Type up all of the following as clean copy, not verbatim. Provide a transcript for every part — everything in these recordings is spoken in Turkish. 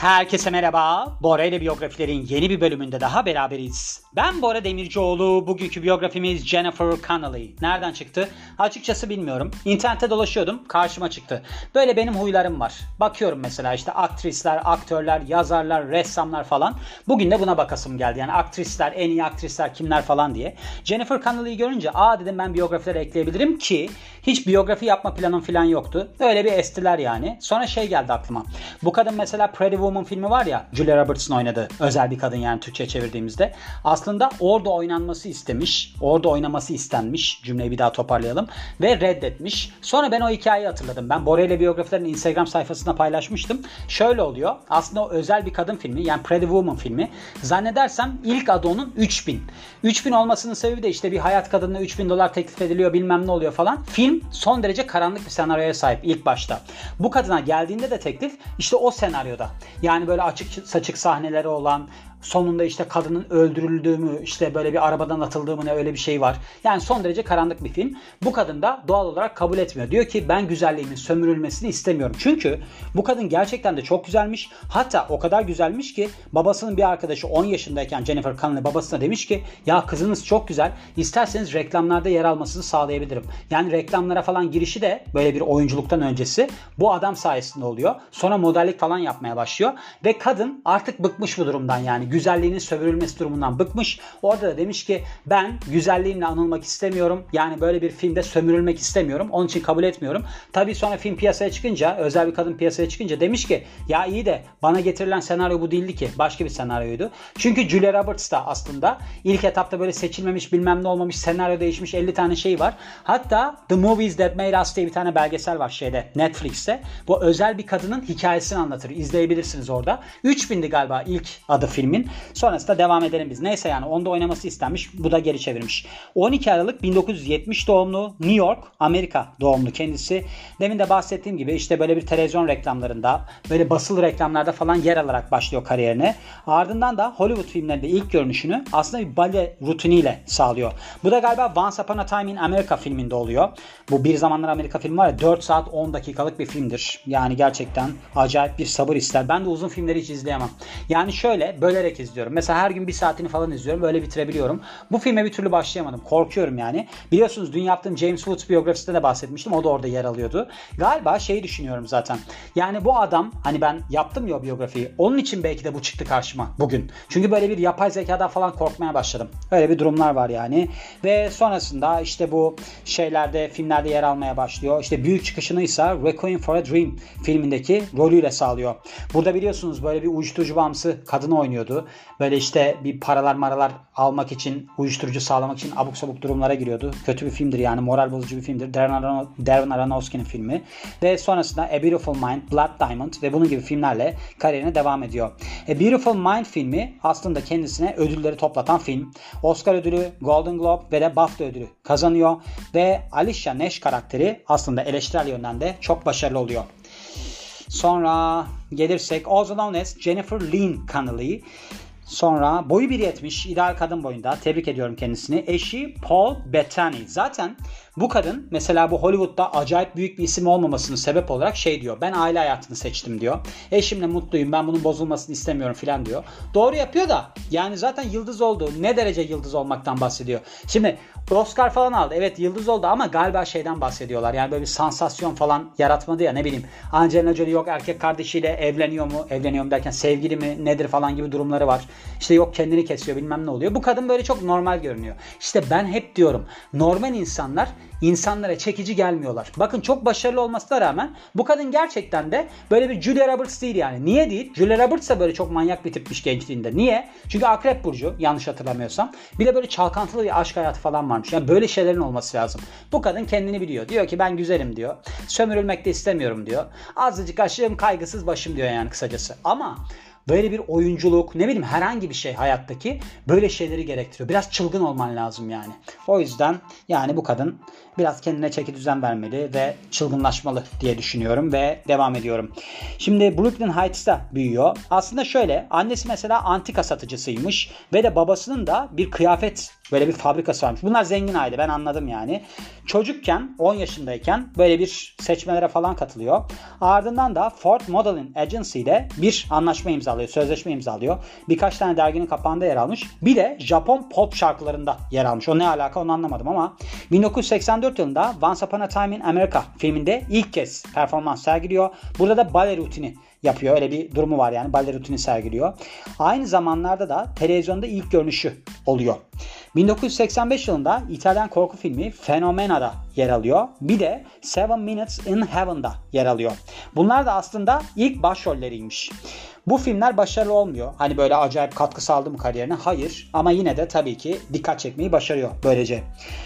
Herkese merhaba. Bora ile biyografilerin yeni bir bölümünde daha beraberiz. Ben Bora Demircioğlu. Bugünkü biyografimiz Jennifer Connelly. Nereden çıktı? Açıkçası bilmiyorum. İnternette dolaşıyordum. Karşıma çıktı. Böyle benim huylarım var. Bakıyorum mesela işte aktrisler, aktörler, yazarlar, ressamlar falan. Bugün de buna bakasım geldi. Yani aktrisler, en iyi aktrisler kimler falan diye. Jennifer Connelly'yi görünce dedim ben biyografilere ekleyebilirim ki hiç biyografi yapma planım falan yoktu. Öyle bir estiler yani. Sonra şey geldi aklıma. Bu kadın mesela Pretty Woman filmi var ya, Julia Roberts'ın oynadığı, özel bir kadın yani Türkçe çevirdiğimizde. Aslında orada oynanması istemiş. Orada oynaması istenmiş. Cümleyi bir daha toparlayalım. Ve reddetmiş. Sonra ben o hikayeyi hatırladım. Ben Bora ile biyografilerin Instagram sayfasında paylaşmıştım. Şöyle oluyor. Aslında o özel bir kadın filmi, yani Pretty Woman filmi. Zannedersem ilk adı onun 3000. 3000 olmasının sebebi de işte bir hayat kadınına $3000 teklif ediliyor, bilmem ne oluyor falan. Film son derece karanlık bir senaryoya sahip ilk başta. Bu kadına geldiğinde de teklif işte o senaryoda. Yani böyle açık saçık sahneleri olan, sonunda işte kadının öldürüldüğü mü, işte böyle bir arabadan atıldığı mı, ne öyle bir şey var. Yani son derece karanlık bir film. Bu kadın da doğal olarak kabul etmiyor. Diyor ki ben güzelliğimin sömürülmesini istemiyorum. Çünkü bu kadın gerçekten de çok güzelmiş. Hatta o kadar güzelmiş ki babasının bir arkadaşı 10 yaşındayken Jennifer Connelly babasına demiş ki ya kızınız çok güzel. İsterseniz reklamlarda yer almasını sağlayabilirim. Yani reklamlara falan girişi de böyle bir oyunculuktan öncesi bu adam sayesinde oluyor. Sonra modellik falan yapmaya başlıyor. Ve kadın artık bıkmış bu durumdan yani. Güzelliğinin sömürülmesi durumundan bıkmış. Orada da demiş ki ben güzelliğimle anılmak istemiyorum. Yani böyle bir filmde sömürülmek istemiyorum. Onun için kabul etmiyorum. Tabii sonra film piyasaya çıkınca, özel bir kadın piyasaya çıkınca demiş ki ya iyi de bana getirilen senaryo bu değildi ki. Başka bir senaryoydu. Çünkü Julia Roberts da aslında ilk etapta böyle seçilmemiş, bilmem ne olmamış, senaryo değişmiş 50 tane şey var. Hatta The Movies That Made Us diye bir tane belgesel var Netflix'te. Bu özel bir kadının hikayesini anlatır. İzleyebilirsiniz orada. 3000'di galiba ilk adı filmin. Sonrasında devam edelim biz. Neyse yani onda oynaması istenmiş. Bu da geri çevirmiş. 12 Aralık 1970 doğumlu, New York, Amerika doğumlu kendisi. Demin de bahsettiğim gibi işte böyle bir televizyon reklamlarında, böyle basılı reklamlarda falan yer alarak başlıyor kariyerine. Ardından da Hollywood filmlerinde ilk görünüşünü aslında bir bale rutiniyle sağlıyor. Bu da galiba Once Upon a Time in America filminde oluyor. Bu Bir Zamanlar Amerika filmi var ya, 4 saat 10 dakikalık bir filmdir. Yani gerçekten acayip bir sabır ister. Ben de uzun filmleri hiç izleyemem. Yani şöyle bölerek izliyorum. Mesela her gün bir saatini falan izliyorum. Böyle bitirebiliyorum. Bu filme bir türlü başlayamadım. Korkuyorum yani. Biliyorsunuz dün yaptığım James Woods biyografisinde de bahsetmiştim. O da orada yer alıyordu. Galiba şeyi düşünüyorum zaten. Yani bu adam, hani ben yaptım ya o biyografiyi. Onun için belki de bu çıktı karşıma bugün. Çünkü böyle bir yapay zekadan falan korkmaya başladım. Öyle bir durumlar var yani. Ve sonrasında işte bu şeylerde, filmlerde yer almaya başlıyor. İşte büyük çıkışını ise Requiem for a Dream filmindeki rolüyle sağlıyor. Burada biliyorsunuz böyle bir uyuşturucu bağımlısı kadını oynuyordu. Böyle işte bir paralar almak için, uyuşturucu sağlamak için abuk sabuk durumlara giriyordu. Kötü bir filmdir yani, moral bozucu bir filmdir. Darren Aronofsky'nin filmi. Ve sonrasında A Beautiful Mind, Blood Diamond ve bunun gibi filmlerle kariyerine devam ediyor. A Beautiful Mind filmi aslında kendisine ödülleri toplatan film. Oscar ödülü, Golden Globe ve de BAFTA ödülü kazanıyor. Ve Alicia Nash karakteri aslında eleştirel yönden de çok başarılı oluyor. Sonra gelirsek also known as Jennifer Lynn Connelly. Sonra boyu 1.70, ideal kadın boyunda. Tebrik ediyorum kendisini. Eşi Paul Bettany. Zaten bu kadın mesela bu Hollywood'da acayip büyük bir isim olmamasının sebep olarak şey diyor. Ben aile hayatını seçtim diyor. Eşimle mutluyum, ben bunun bozulmasını istemiyorum filan diyor. Doğru yapıyor da yani zaten yıldız oldu. Ne derece yıldız olmaktan bahsediyor. Şimdi Oscar falan aldı. Evet yıldız oldu ama galiba şeyden bahsediyorlar. Yani böyle bir sansasyon falan yaratmadı ya, ne bileyim. Angelina Jolie yok erkek kardeşiyle evleniyor mu? Evleniyor mu derken sevgili mi nedir falan gibi durumları var. İşte yok kendini kesiyor, bilmem ne oluyor. Bu kadın böyle çok normal görünüyor. İşte ben hep diyorum normal insanlar insanlara çekici gelmiyorlar. Bakın çok başarılı olmasına rağmen bu kadın gerçekten de böyle bir Julia Roberts değil yani. Niye değil? Julia Roberts da böyle çok manyak bir tipmiş gençliğinde. Niye? Çünkü Akrep Burcu, yanlış hatırlamıyorsam. Bir de böyle çalkantılı bir aşk hayatı falan varmış. Yani böyle şeylerin olması lazım. Bu kadın kendini biliyor. Diyor ki ben güzelim diyor. Sömürülmek de istemiyorum diyor. Azıcık aşığım, kaygısız başım diyor yani kısacası. Ama böyle bir oyunculuk, ne bileyim herhangi bir şey hayattaki böyle şeyleri gerektiriyor. Biraz çılgın olman lazım yani. O yüzden yani bu kadın biraz kendine çeki düzen vermeli ve çılgınlaşmalı diye düşünüyorum ve devam ediyorum. Şimdi Brooklyn Heights'ta büyüyor. Aslında şöyle, annesi mesela antika satıcısıymış ve de babasının da bir kıyafet böyle bir fabrikası varmış. Bunlar zengin aile, ben anladım yani. Çocukken 10 yaşındayken böyle bir seçmelere falan katılıyor. Ardından da Ford Modeling Agency ile bir anlaşma imzalıyor, sözleşme imzalıyor. Birkaç tane derginin kapağında yer almış. Bir de Japon pop şarkılarında yer almış. O ne alaka onu anlamadım ama 1984 yılında Once Upon a Time in America filminde ilk kez performans sergiliyor. Burada da bale rutini yapıyor. Öyle bir durumu var yani, bale rutini sergiliyor. Aynı zamanlarda da televizyonda ilk görünüşü oluyor. 1985 yılında İtalyan korku filmi Fenomena'da yer alıyor. Bir de Seven Minutes in Heaven'da yer alıyor. Bunlar da aslında ilk başrolleriymiş. Bu filmler başarılı olmuyor. Hani böyle acayip katkı sağladı mı kariyerine? Hayır. Ama yine de tabii ki dikkat çekmeyi başarıyor böylece.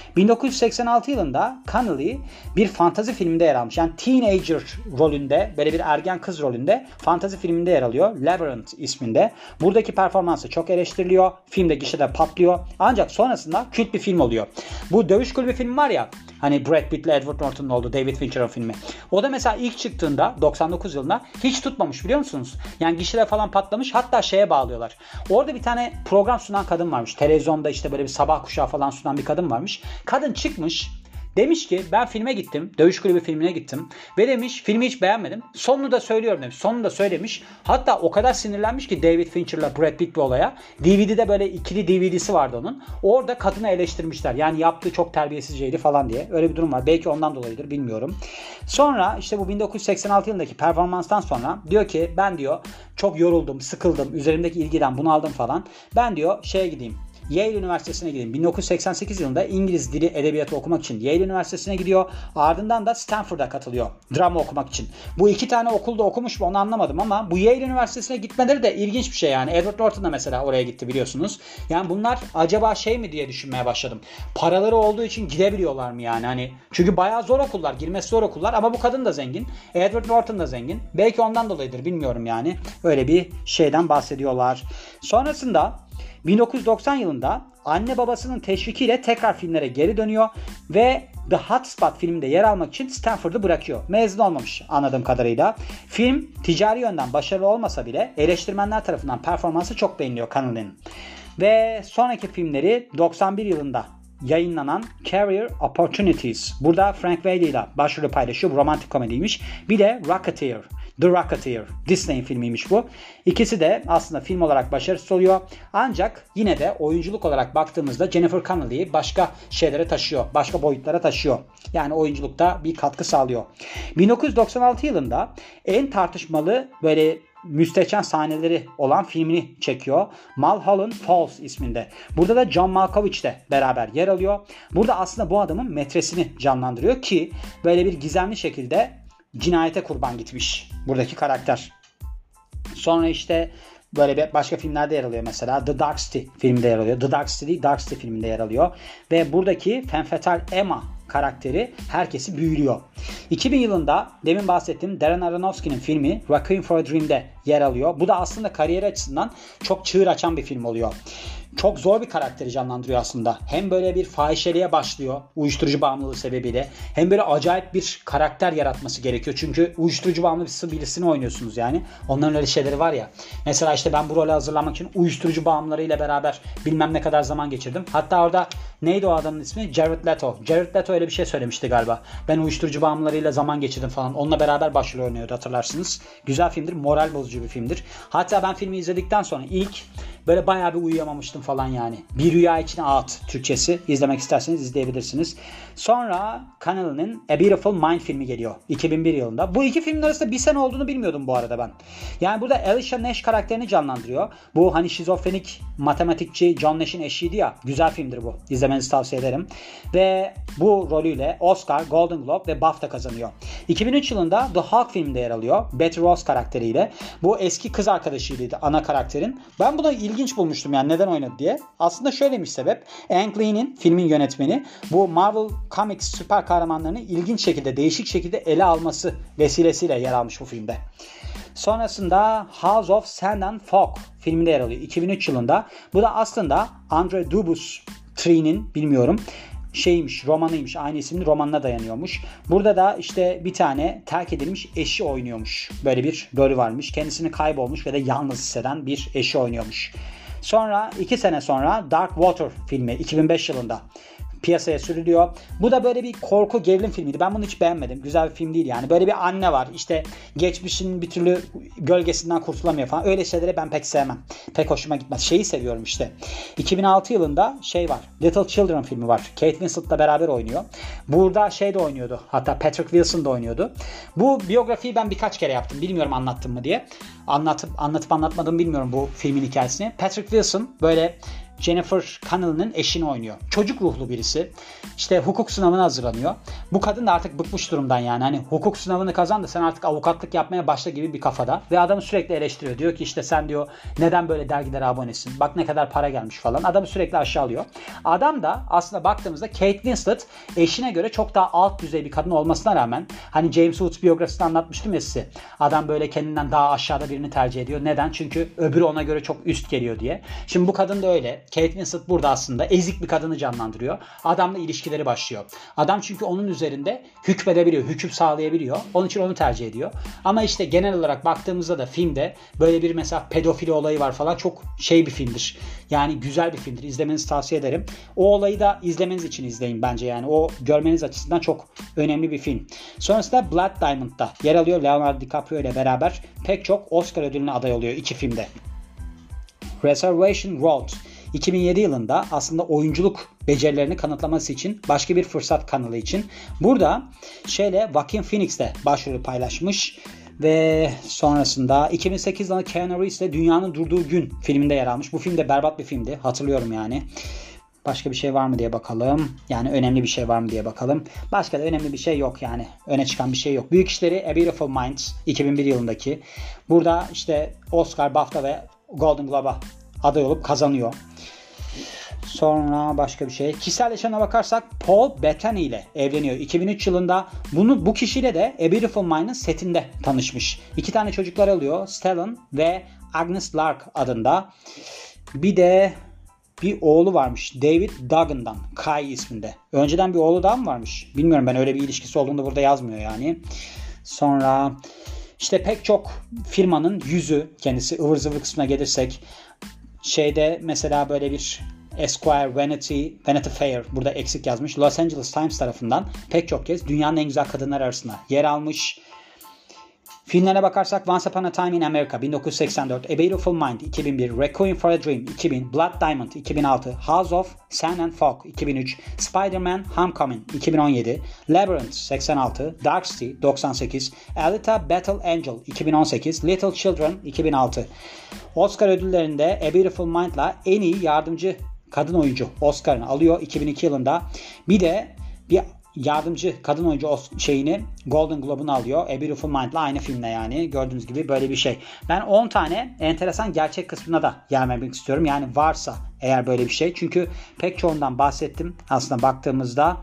1986 yılında Connelly bir fantazi filminde yer almış. Yani teenager rolünde, böyle bir ergen kız rolünde fantazi filminde yer alıyor. Labyrinth isminde. Buradaki performansı çok eleştiriliyor. Filmde gişede patlıyor. Ancak sonrasında kült bir film oluyor. Bu Dövüş Kulübü filmi var ya, hani Brad Pitt'le Edward Norton'un olduğu David Fincher'ın filmi. O da mesela ilk çıktığında 99 yılında hiç tutmamış, biliyor musunuz? Yani gişede falan patlamış, hatta şeye bağlıyorlar. Orada bir tane program sunan kadın varmış. Televizyonda işte böyle bir sabah kuşağı falan sunan bir kadın varmış. Kadın çıkmış. Demiş ki ben filme gittim. Dövüş Kulübü filmine gittim. Ve demiş filmi hiç beğenmedim. Sonunu da söylüyorum demiş. Sonunu da söylemiş. Hatta o kadar sinirlenmiş ki David Fincher'la Brad Pitt bir olaya. DVD'de böyle ikili DVD'si vardı onun. Orada kadını eleştirmişler. Yani yaptığı çok terbiyesizceydi falan diye. Öyle bir durum var. Belki ondan dolayıdır, bilmiyorum. Sonra işte bu 1986 yılındaki performanstan sonra diyor ki ben diyor çok yoruldum, sıkıldım. Üzerimdeki ilgiden bunaldım falan. Ben diyor şeye gideyim. Yale Üniversitesi'ne gideyim. 1988 yılında İngiliz dili edebiyatı okumak için Yale Üniversitesi'ne gidiyor. Ardından da Stanford'a katılıyor drama okumak için. Bu iki tane okulda okumuş mu onu anlamadım ama bu Yale Üniversitesi'ne gitmeleri de ilginç bir şey yani. Edward Norton da mesela oraya gitti, biliyorsunuz. Yani bunlar acaba şey mi diye düşünmeye başladım. Paraları olduğu için gidebiliyorlar mı yani? Hani çünkü bayağı zor okullar, girmesi zor okullar ama bu kadın da zengin. Edward Norton da zengin. Belki ondan dolayıdır, bilmiyorum yani. Öyle bir şeyden bahsediyorlar. Sonrasında 1990 yılında anne babasının teşvikiyle tekrar filmlere geri dönüyor ve The Hotspot filminde yer almak için Stanford'u bırakıyor. Mezun olmamış anladığım kadarıyla. Film ticari yönden başarılı olmasa bile eleştirmenler tarafından performansı çok beğeniliyor Connelly'nin. Ve sonraki filmleri 91 yılında yayınlanan Career Opportunities. Burada Frank Whaley ile başrolü paylaşıyor. Bu romantik komediymiş. Bir de Rocketeer. The Rocketeer. Disney'in filmiymiş bu. İkisi de aslında film olarak başarısız oluyor. Ancak yine de oyunculuk olarak baktığımızda Jennifer Connelly'yi başka şeylere taşıyor. Başka boyutlara taşıyor. Yani oyunculukta bir katkı sağlıyor. 1996 yılında en tartışmalı böyle müstehcen sahneleri olan filmini çekiyor. Mulholland Falls isminde. Burada da John Malkovich de beraber yer alıyor. Burada aslında bu adamın metresini canlandırıyor ki böyle bir gizemli şekilde cinayete kurban gitmiş buradaki karakter. Sonra işte böyle başka filmlerde yer alıyor mesela. The Dark City filminde yer alıyor. The Dark City değil, Dark City filminde yer alıyor. Ve buradaki femme fatale Emma karakteri herkesi büyülüyor. 2000 yılında demin bahsettiğim Darren Aronofsky'nin filmi Requiem for a Dream'de yer alıyor. Bu da aslında kariyeri açısından çok çığır açan bir film oluyor. Çok zor bir karakteri canlandırıyor aslında. Hem böyle bir fahişeliğe başlıyor uyuşturucu bağımlılığı sebebiyle. Hem böyle acayip bir karakter yaratması gerekiyor. Çünkü uyuşturucu bağımlısı birisini oynuyorsunuz yani. Onların öyle şeyleri var ya. Mesela işte ben bu role hazırlanmak için uyuşturucu bağımlılarıyla beraber bilmem ne kadar zaman geçirdim. Hatta orada neydi o adamın ismi? Jared Leto. Jared Leto öyle bir şey söylemişti galiba. Ben uyuşturucu bağımlılarıyla zaman geçirdim falan. Onunla beraber başrol oynuyordu, hatırlarsınız. Güzel filmdir. Moral bozucu bir filmdir. Hatta ben filmi izledikten sonra ilk böyle bayağı bir uyuyamamıştım falan yani. Bir rüya içine at Türkçesi. İzlemek isterseniz izleyebilirsiniz. Sonra Connelly'nin A Beautiful Mind filmi geliyor. 2001 yılında. Bu iki filmin arasında bir sene olduğunu bilmiyordum bu arada ben. Yani burada Alicia Nash karakterini canlandırıyor. Bu hani şizofrenik matematikçi John Nash'in eşiydi ya. Güzel filmdir bu. İzlemenizi tavsiye ederim. Ve bu rolüyle Oscar, Golden Globe ve BAFTA kazanıyor. 2003 yılında The Hulk filminde yer alıyor. Betty Ross karakteriyle. Bu eski kız arkadaşıydı ana karakterin. Ben buna ilginç bulmuştum yani neden oynadı diye. Aslında şöyleymiş sebep. Ang Lee'nin filmin yönetmeni bu Marvel Comics süper kahramanlarını ilginç şekilde, değişik şekilde ele alması vesilesiyle yer almış bu filmde. Sonrasında House of Sand and Fog filminde yer alıyor 2003 yılında. Bu da aslında Andre Dubus Tree'nin, bilmiyorum, şeymiş, romanıymış. Aynı isimli romanına dayanıyormuş. Burada da işte bir tane terk edilmiş eşi oynuyormuş. Böyle bir rolü varmış. Kendisini kaybolmuş ve de yalnız hisseden bir eşi oynuyormuş. Sonra 2 sene sonra Dark Water filmi 2005 yılında piyasaya sürülüyor. Bu da böyle bir korku gerilim filmiydi. Ben bunu hiç beğenmedim. Güzel bir film değil yani. Böyle bir anne var. İşte geçmişin bir türlü gölgesinden kurtulamıyor falan. Öyle şeyleri ben pek sevmem. Pek hoşuma gitmez. Şeyi seviyorum işte. 2006 yılında şey var. Little Children filmi var. Kate Winslet'la beraber oynuyor. Burada şey de oynuyordu. Hatta Patrick Wilson da oynuyordu. Bu biyografiyi ben birkaç kere yaptım. Bilmiyorum anlattım mı diye. Anlatıp anlatmadım bilmiyorum bu filmin hikayesini. Patrick Wilson böyle Jennifer Connelly'nin eşini oynuyor. Çocuk ruhlu birisi. İşte hukuk sınavına hazırlanıyor. Bu kadın da artık bıkmış durumdan yani. Hani hukuk sınavını kazan da sen artık avukatlık yapmaya başla gibi bir kafada. Ve adamı sürekli eleştiriyor. Diyor ki işte sen diyor neden böyle dergilere abonesin? Bak ne kadar para gelmiş falan. Adamı sürekli aşağılıyor. Adam da aslında baktığımızda Kate Winslet eşine göre çok daha alt düzey bir kadın olmasına rağmen hani James Woods biyografisini anlatmıştım ya size. Adam böyle kendinden daha aşağıda birini tercih ediyor. Neden? Çünkü öbürü ona göre çok üst geliyor diye. Şimdi bu kadın da öyle. Kate Winslet burada aslında ezik bir kadını canlandırıyor. Adamla ilişkileri başlıyor. Adam çünkü onun üzerinde hükmedebiliyor, hüküm sağlayabiliyor. Onun için onu tercih ediyor. Ama işte genel olarak baktığımızda da filmde böyle bir mesela pedofili olayı var falan çok şey bir filmdir. Yani güzel bir filmdir. İzlemenizi tavsiye ederim. O olayı da izlemeniz için izleyin bence yani. O görmeniz açısından çok önemli bir film. Sonrasında Blood Diamond'da yer alıyor. Leonardo DiCaprio ile beraber pek çok Oscar ödülüne aday oluyor iki filmde. Reservation Road 2007 yılında aslında oyunculuk becerilerini kanıtlaması için başka bir fırsat kanalı için. Burada Joaquin Phoenix de başrolü paylaşmış ve sonrasında 2008 yılında Keanu Reeves de Dünyanın Durduğu Gün filminde yer almış. Bu film de berbat bir filmdi. Hatırlıyorum yani. Başka bir şey var mı diye bakalım. Yani önemli bir şey var mı diye bakalım. Başka da önemli bir şey yok yani. Öne çıkan bir şey yok. Büyük işleri A Beautiful Mind 2001 yılındaki. Burada işte Oscar, BAFTA ve Golden Globe'a aday olup kazanıyor. Sonra başka bir şey. Kişisel yaşamına bakarsak Paul Bettany ile evleniyor. 2003 yılında bu kişiyle de A Beautiful Mind'ın setinde tanışmış. 2 tane çocuklar alıyor. Stellan ve Agnes Lark adında. Bir de bir oğlu varmış. David Duggan'dan. Kai isminde. Önceden bir oğlu daha mı varmış? Bilmiyorum, ben öyle bir ilişkisi olduğunu da burada yazmıyor yani. Sonra işte pek çok firmanın yüzü, kendisi ıvır zıvır kısmına gelirsek mesela böyle bir Esquire, Vanity Fair burada eksik yazmış. Los Angeles Times tarafından pek çok kez dünyanın en güzel kadınlar arasında yer almış. Filmlerine bakarsak Once Upon a Time in America 1984, A Beautiful Mind 2001, Requiem for a Dream 2000, Blood Diamond 2006, House of Sand and Fog 2003, Spider-Man Homecoming 2017, Labyrinth 86, Dark City 98, Alita Battle Angel 2018, Little Children 2006. Oscar ödüllerinde A Beautiful Mind'la en iyi yardımcı kadın oyuncu Oscar'ını alıyor 2002 yılında. Bir de bir yardımcı kadın oyuncu Golden Globe'unu alıyor. A Beautiful Mind'la aynı filmle yani. Gördüğünüz gibi böyle bir şey. Ben 10 tane enteresan gerçek kısmına da yer vermek istiyorum. Yani varsa eğer böyle bir şey. Çünkü pek çoğundan bahsettim aslında baktığımızda.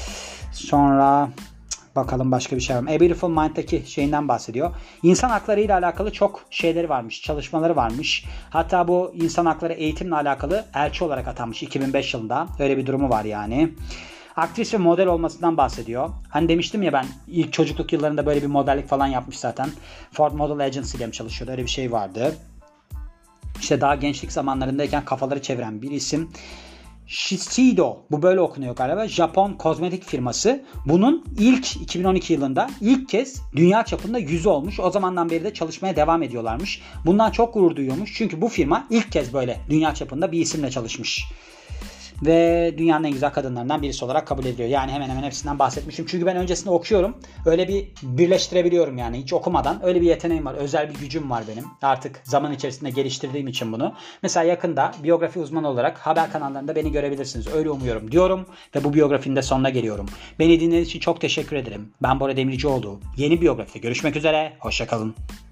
Sonra bakalım başka bir şey var mı? A Beautiful Mind'daki şeyinden bahsediyor. İnsan hakları ile alakalı çok şeyleri varmış. Çalışmaları varmış. Hatta bu insan hakları eğitimle alakalı elçi olarak atanmış 2005 yılında. Öyle bir durumu var yani. Aktris ve model olmasından bahsediyor. Hani demiştim ya ben ilk çocukluk yıllarında böyle bir modellik falan yapmış zaten. Ford Model Agency ile mi çalışıyordu? Öyle bir şey vardı. İşte daha gençlik zamanlarındayken kafaları çeviren bir isim. Shiseido, bu böyle okunuyor galiba. Japon kozmetik firması. Bunun ilk 2012 yılında ilk kez dünya çapında yüzü olmuş. O zamandan beri de çalışmaya devam ediyorlarmış. Bundan çok gurur duyuyormuş. Çünkü bu firma ilk kez böyle dünya çapında bir isimle çalışmış. Ve dünyanın en güzel kadınlarından birisi olarak kabul ediliyor. Yani hemen hemen hepsinden bahsetmişim. Çünkü ben öncesinde okuyorum. Öyle bir birleştirebiliyorum yani. Hiç okumadan. Öyle bir yeteneğim var. Özel bir gücüm var benim. Artık zaman içerisinde geliştirdiğim için bunu. Mesela yakında biyografi uzmanı olarak haber kanallarında beni görebilirsiniz. Öyle umuyorum diyorum. Ve bu biyografinin de sonuna geliyorum. Beni dinlediğiniz için çok teşekkür ederim. Ben Bora Demircioğlu. Yeni biyografide görüşmek üzere. Hoşça kalın.